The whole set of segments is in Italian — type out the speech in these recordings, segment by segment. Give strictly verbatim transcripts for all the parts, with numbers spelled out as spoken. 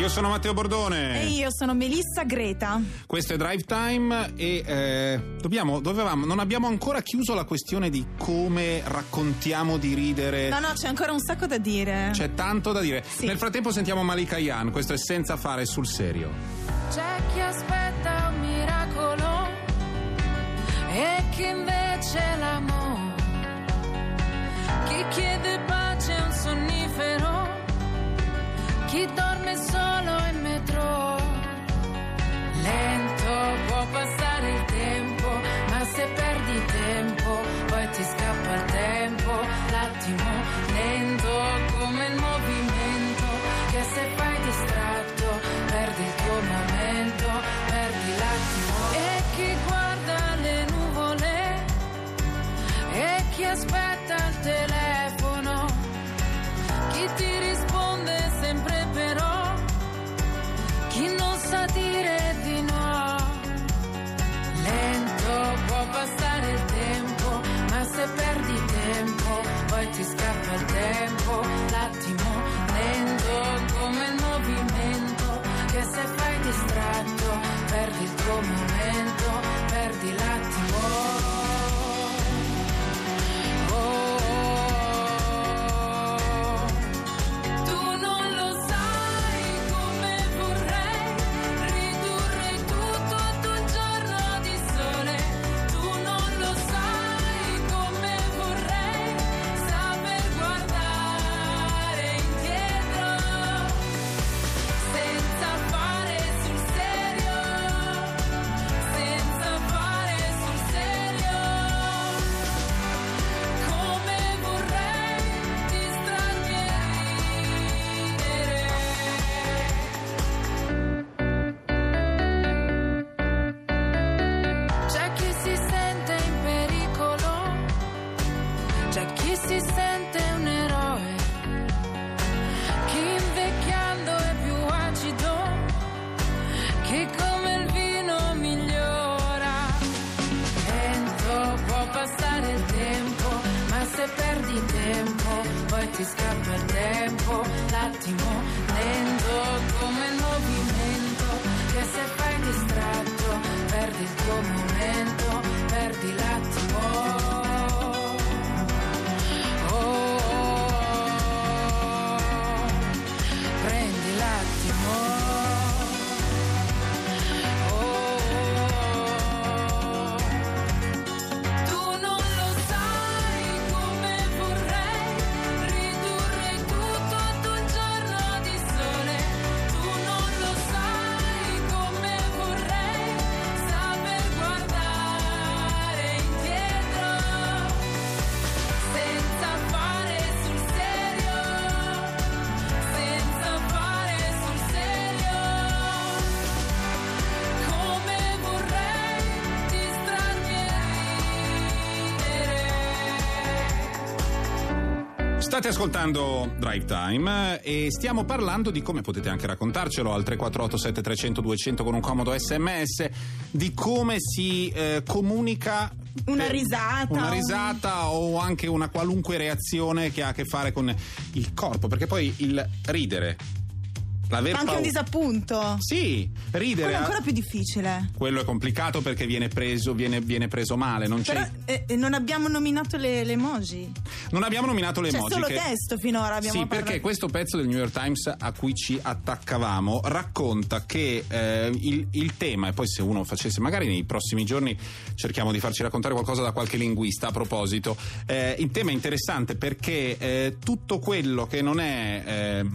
Io sono Matteo Bordone. E io sono Melissa Greta. Questo è Drive Time e eh, dobbiamo, dovevamo, non abbiamo ancora chiuso la questione di come raccontiamo di ridere. No, no, c'è ancora un sacco da dire. C'è tanto da dire. Sì. Nel frattempo sentiamo Malika Ayane, questo è Senza fare sul serio. C'è chi aspetta un miracolo e chi invece l'amore, chi chiede pace a un sonnifero, chi dorme solo in metro. Lento può passare il tempo, ma se perdi tempo poi ti scappa il tempo. L'attimo lento come il movimento, che se fai distratto perdi il tuo momento, perdi l'attimo. E chi guarda le nuvole e chi aspetta il telefono, chi ti risponde sempre però, chi non sa dire di no. Lento può passare il tempo, ma se perdi tempo poi ti scappa il tempo. L'attimo lento come il movimento, che se fai distratto perdi il tuo momento, perdi l'attimo. Si sente un eroe, chi invecchiando è più acido, chi come il vino migliora. Lento può passare il tempo, ma se perdi tempo poi ti scappa il tempo. L'attimo lento come il movimento, che se fai distratto perdi il tuo momento, perdi l'attimo. State ascoltando Drive Time e stiamo parlando di come, potete anche raccontarcelo al tre quattro otto sette tre zero zero due zero zero con un comodo sms, di come si eh, comunica una risata una risata o anche una qualunque reazione che ha a che fare con il corpo, perché poi il ridere, l'aver anche paura, un disappunto, sì, ridere quello è ancora più difficile. Quello è complicato perché viene preso viene, viene preso male, non Però c'è eh, non abbiamo nominato le, le emoji. Non abbiamo nominato le C'è emoji. solo che... testo finora abbiamo Sì, parlato. perché questo pezzo del New York Times a cui ci attaccavamo racconta che eh, il, il tema, e poi se uno facesse, magari nei prossimi giorni cerchiamo di farci raccontare qualcosa da qualche linguista a proposito, eh, il tema è interessante perché eh, tutto quello che non è eh,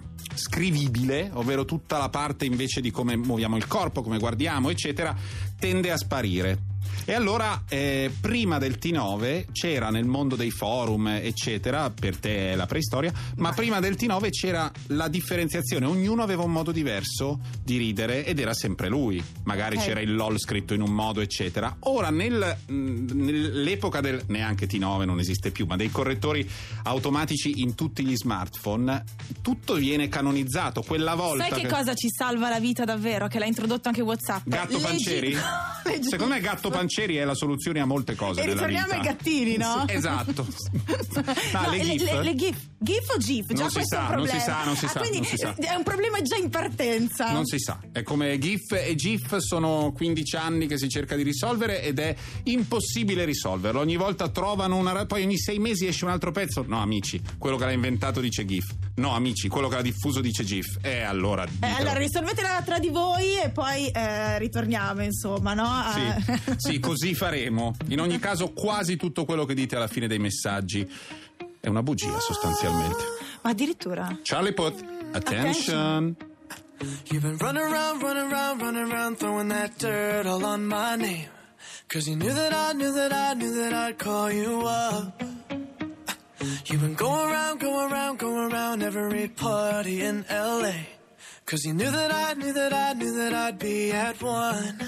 scrivibile, ovvero tutta la parte invece di come muoviamo il corpo, come guardiamo, eccetera, tende a sparire. E allora eh, prima del T nove c'era, nel mondo dei forum eccetera, per te è la preistoria, ma prima del T nove c'era la differenziazione, ognuno aveva un modo diverso di ridere ed era sempre lui, magari Okay. c'era il LOL scritto in un modo eccetera. Ora nel, mh, nell'epoca del, neanche T nove non esiste più, ma dei correttori automatici in tutti gli smartphone, tutto viene canonizzato. Quella volta Sai che, che... cosa ci salva la vita davvero? Che l'ha introdotto anche WhatsApp. Gatto Leggi- Pancieri? Leggi- Secondo me Gatto Pancieri sinceri è la soluzione a molte cose E nella ritorniamo vita. ai gattini, no? Sì, esatto. Ah, No, le GIF? Le, le GIF. GIF o GIF? Già Non si questo sa, è un non si problema. sa, non si Ah, sa, quindi non si sa. è un problema già in partenza. Non si sa, è come GIF e GIF sono quindici anni che si cerca di risolvere ed è impossibile risolverlo. Ogni volta trovano una, poi ogni sei mesi esce un altro pezzo. No amici, quello che l'ha inventato dice GIF. No amici, quello che l'ha diffuso dice GIF. E allora Eh, ditelo. allora risolvetela tra di voi e poi eh, ritorniamo, insomma, no? A- Sì, sì, così faremo. In ogni caso, quasi tutto quello che dite alla fine dei messaggi è una bugia, sostanzialmente. Ma addirittura. Charlie Puth, attention. You've been running around, running around, running around, throwing that dirt all on my name. Cause you knew that I knew that I knew that I'd call you up. You've been going around, going around, going around every party in L A. Cause you knew that I knew that I knew that I'd be at one.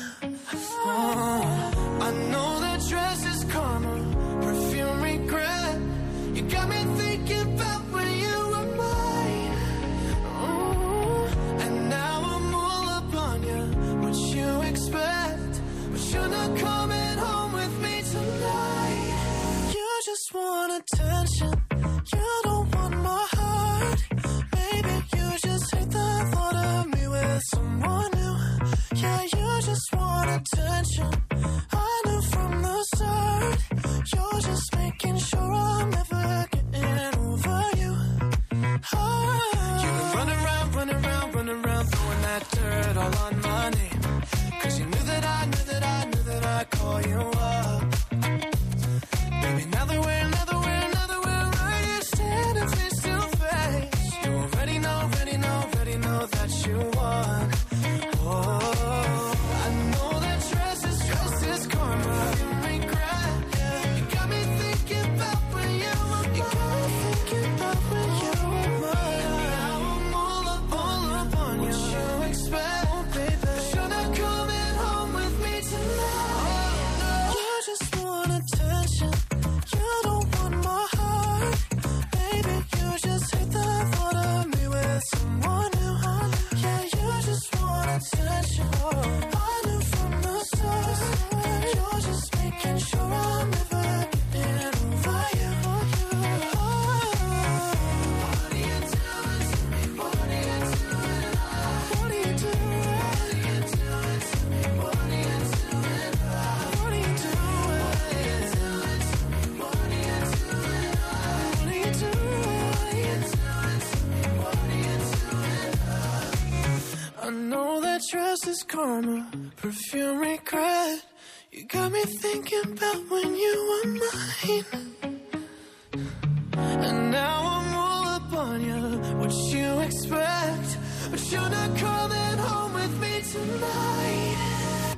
Oh, I know that dress is karma, perfume regret. You got me thinking about when you were mine. Oh, and now I'm all up on you. What you expect? But you're not coming home with me tonight. You just want attention. You don't want my heart. Maybe you just hate the thought of me with someone new. Yeah, you just want attention. I knew from the start. You're just making sure I'm never getting over you. Oh. You've been running around, running around, running around, throwing that dirt all on my name. Cause you knew that I knew that I knew that I'd call you up. Baby, now that we're, now that we're, now that we're right here standing face to face, you already know, already know, already know that you won. Oh, I know that dress is, dress is karma. You regret, yeah. You got me thinking about when you were mine. You got me thinking about when you were mine. Now I'm all up, all up on you. What you expect, oh, baby? But you're not coming home with me tonight. Oh, no. You just want attention. You don't want my heart. Baby, you just hate the thought of me with someone new. Yeah, you just want attention. I knew from the start. You're just making sure I'm never getting over you. Oh. What are you doing to me? What are you doing? What are you doing? What are you doing to me? What are you doing? What are you doing? What are you doing to me? What are you doing? What are you doing? What are you doing to me? What are you doing? I know that dress is karma, perfume regret. You got me thinking about when you were mine. And now I'm all up on you. What you expect? But you're not coming home with me tonight.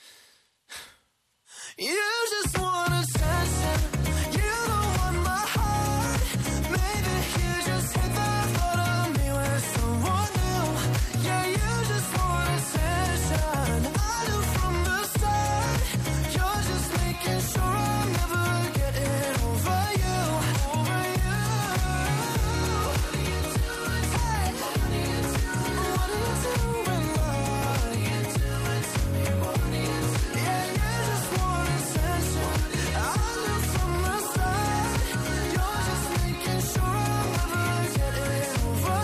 You just want attention. You don't want my heart. Maybe you just hate the thought of me with someone new. Yeah, you just want attention. I knew from the start. You're just making sure I'm never getting over you. Over you. What are you doing? Hey. What are you doing? What are you doing? What are you doing to me? What are you doing? Yeah, you just want attention. I knew from the start. You're just making sure I'm never getting over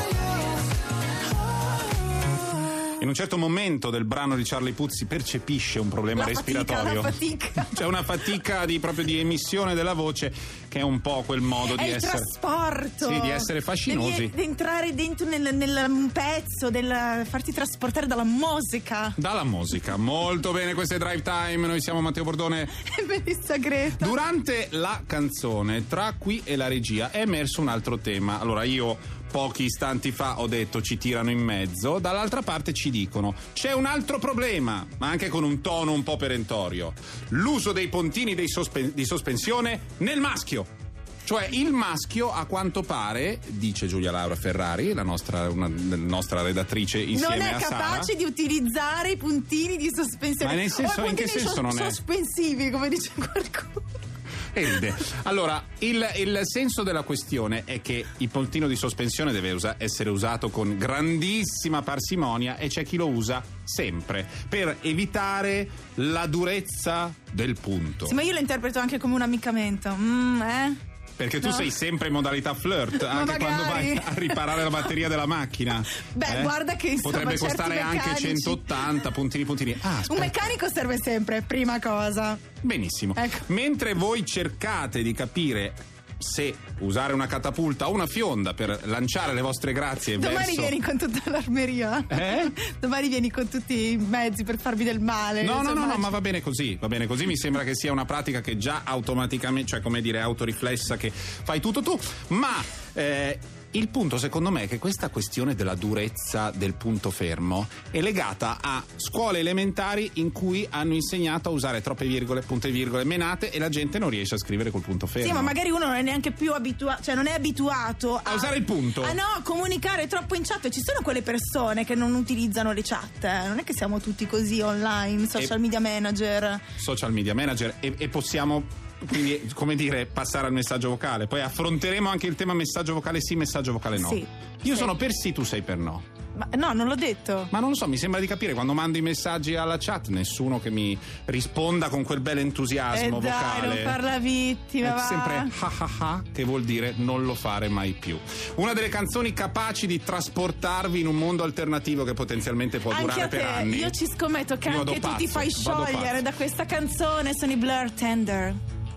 you. In un certo momento del brano di Charlie Puth si percepisce un problema La fatica, respiratorio. la fatica. C'è una fatica di, proprio di emissione della voce che è un po' quel modo È di il essere. trasporto. Sì, di essere fascinosi. Devi entrare dentro nel, nel pezzo, del farti trasportare dalla musica. Dalla musica. Molto bene, questo è Drive Time. Noi siamo Matteo Bordone. E Melissa Greta. Durante la canzone, tra qui e la regia, è emerso un altro tema. Allora, io pochi istanti fa ho detto ci tirano in mezzo, dall'altra parte ci dicono c'è un altro problema, ma anche con un tono un po' perentorio: l'uso dei puntini dei sospen- di sospensione nel maschio. Cioè il maschio, a quanto pare, dice Giulia Laura Ferrari, la nostra, una, nostra redattrice insieme non è a Sara, capace di utilizzare i puntini di sospensione. Ma nel senso- o i in che puntini senso non è? sospensivi, come dice qualcuno. E ride. Allora, il, il senso della questione è che il puntino di sospensione deve usa- essere usato con grandissima parsimonia e c'è chi lo usa sempre per evitare la durezza del punto. Sì, ma io lo interpreto anche come un ammiccamento. Mm, eh? Perché tu no. sei sempre in modalità flirt, anche magari. quando vai a riparare la batteria della macchina. Beh, eh? guarda che insomma, potrebbe certi costare anche meccanici- centottanta puntini puntini. Ah, Un meccanico serve sempre, prima cosa. benissimo. Ecco. Mentre voi cercate di capire se usare una catapulta o una fionda per lanciare le vostre grazie Domani verso... vieni con tutta l'armeria. Eh? Domani vieni con tutti i mezzi per farvi del male. No, no, no, insomma. no, ma va bene così, va bene così, mi sembra che sia una pratica che già automaticamente, cioè come dire, autoriflessa, che fai tutto tu, ma eh, il punto secondo me è che questa questione della durezza del punto fermo è legata a scuole elementari in cui hanno insegnato a usare troppe virgole, punte virgole, menate e la gente non riesce a scrivere col punto fermo. Sì, ma magari uno non è neanche più abituato, cioè non è abituato a, A usare il punto. Ah no, a comunicare troppo in chat. Ci sono quelle persone che non utilizzano le chat, eh. Non è che siamo tutti così online, social E- media manager. Social media manager e, e possiamo quindi, come dire, passare al messaggio vocale. Poi affronteremo anche il tema messaggio vocale sì, messaggio vocale no. Sì, Io sì. sono per sì, tu sei per no. Ma no, non l'ho detto. Ma non lo so, mi sembra di capire quando mando i messaggi alla chat nessuno che mi risponda con quel bel entusiasmo Eh dai, vocale. non far la vittima, È va. sempre ha ha ha, che vuol dire non lo fare mai più. Una delle canzoni capaci di trasportarvi in un mondo alternativo che potenzialmente può Anche durare a te, per anni. io ci scommetto che Io anche vado tu ti pazzo, fai vado sciogliere pazzo. da questa canzone. Sono i Blur, Tender.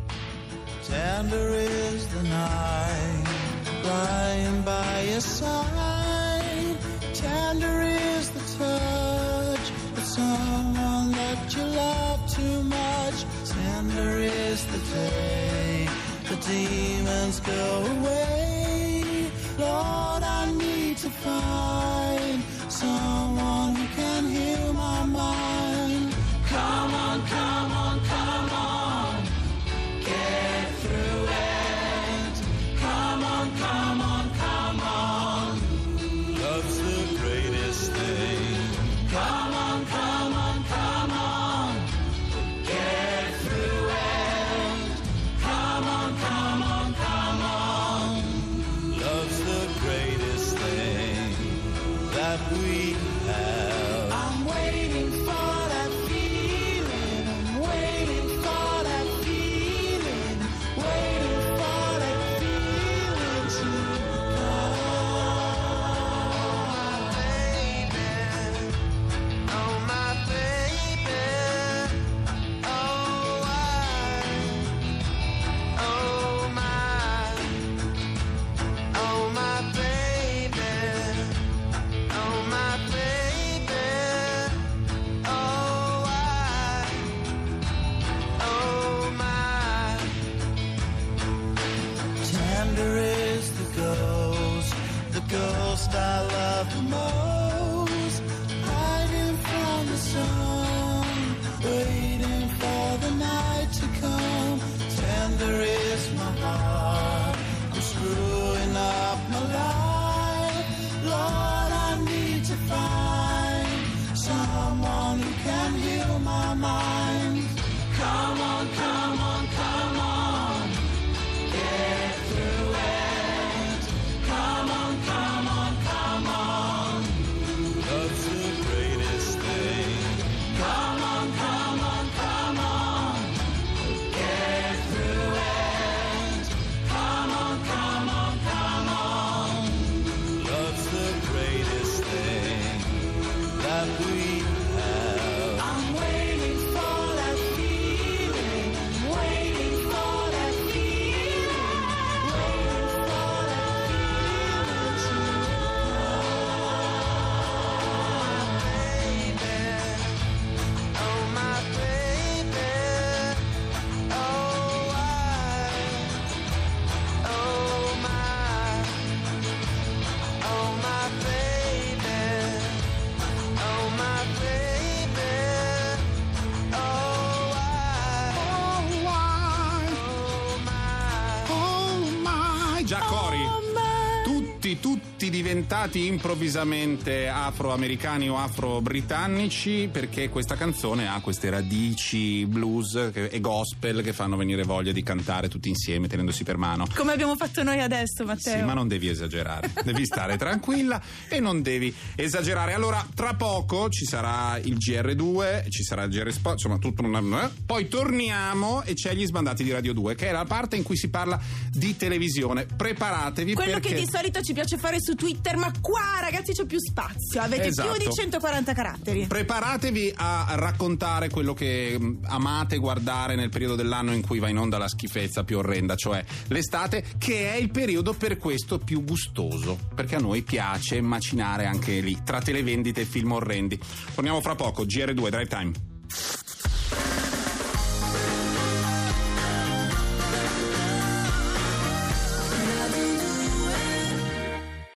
Tender is the night, lying by your side. Tender is the touch of someone that you love too much. Tender is the day the demons go away. Lord, I need to find someone who can heal my mind. Come on, come on, come on. Get through it. Come on, come on, come on. Love's the greatest thing. Come on, come on, come on. Get through it. Come on, come on, come on. Love's the greatest thing that we have. I'm waiting for that feeling. I'm waiting for that feeling. Waiting for that feeling to come. Baby, oh my baby, oh I, oh my, oh my baby, oh my baby, oh I, oh my. Tender is the ghost, the ghost I love the most. Hiding from the sun, waiting for the night to come. Tender is my heart, I'm screwing up my life. Lord, I need to find someone who can heal my mind. Come on, come on, come on. Get through it. Come on, come on, come on. Love's the greatest thing. Come on, come on, come on. Get through it. Come on, come on, come on. Love's the greatest thing that we have. I'm waiting for that feeling. I'm waiting for that feeling. Waiting for that feeling to come. Baby, oh my baby, oh I, oh my, oh my baby, oh my baby, oh I, oh my. Oh my, già cori. Oh, ma- Tutti, tutti tutti diventati improvvisamente afroamericani o afro-britannici, perché questa canzone ha queste radici blues che, e gospel che fanno venire voglia di cantare tutti insieme tenendosi per mano. Come abbiamo fatto noi adesso, Matteo. Sì, ma non devi esagerare, devi stare tranquilla e non devi esagerare. Allora, tra poco ci sarà il G R due, ci sarà il G R Sport, insomma tutto una... Poi torniamo e c'è gli sbandati di Radio due, che è la parte in cui si parla di televisione. Preparatevi, quello perché... che di solito ci piace fare su Twitter, ma qua ragazzi c'è più spazio, avete Esatto. più di centoquaranta caratteri. Preparatevi a raccontare quello che mh, amate guardare nel periodo dell'anno in cui va in onda la schifezza più orrenda, cioè l'estate, che è il periodo per questo più gustoso, perché a noi piace macinare anche lì tra televendite e film orrendi. Torniamo fra poco. G R due Drive Time.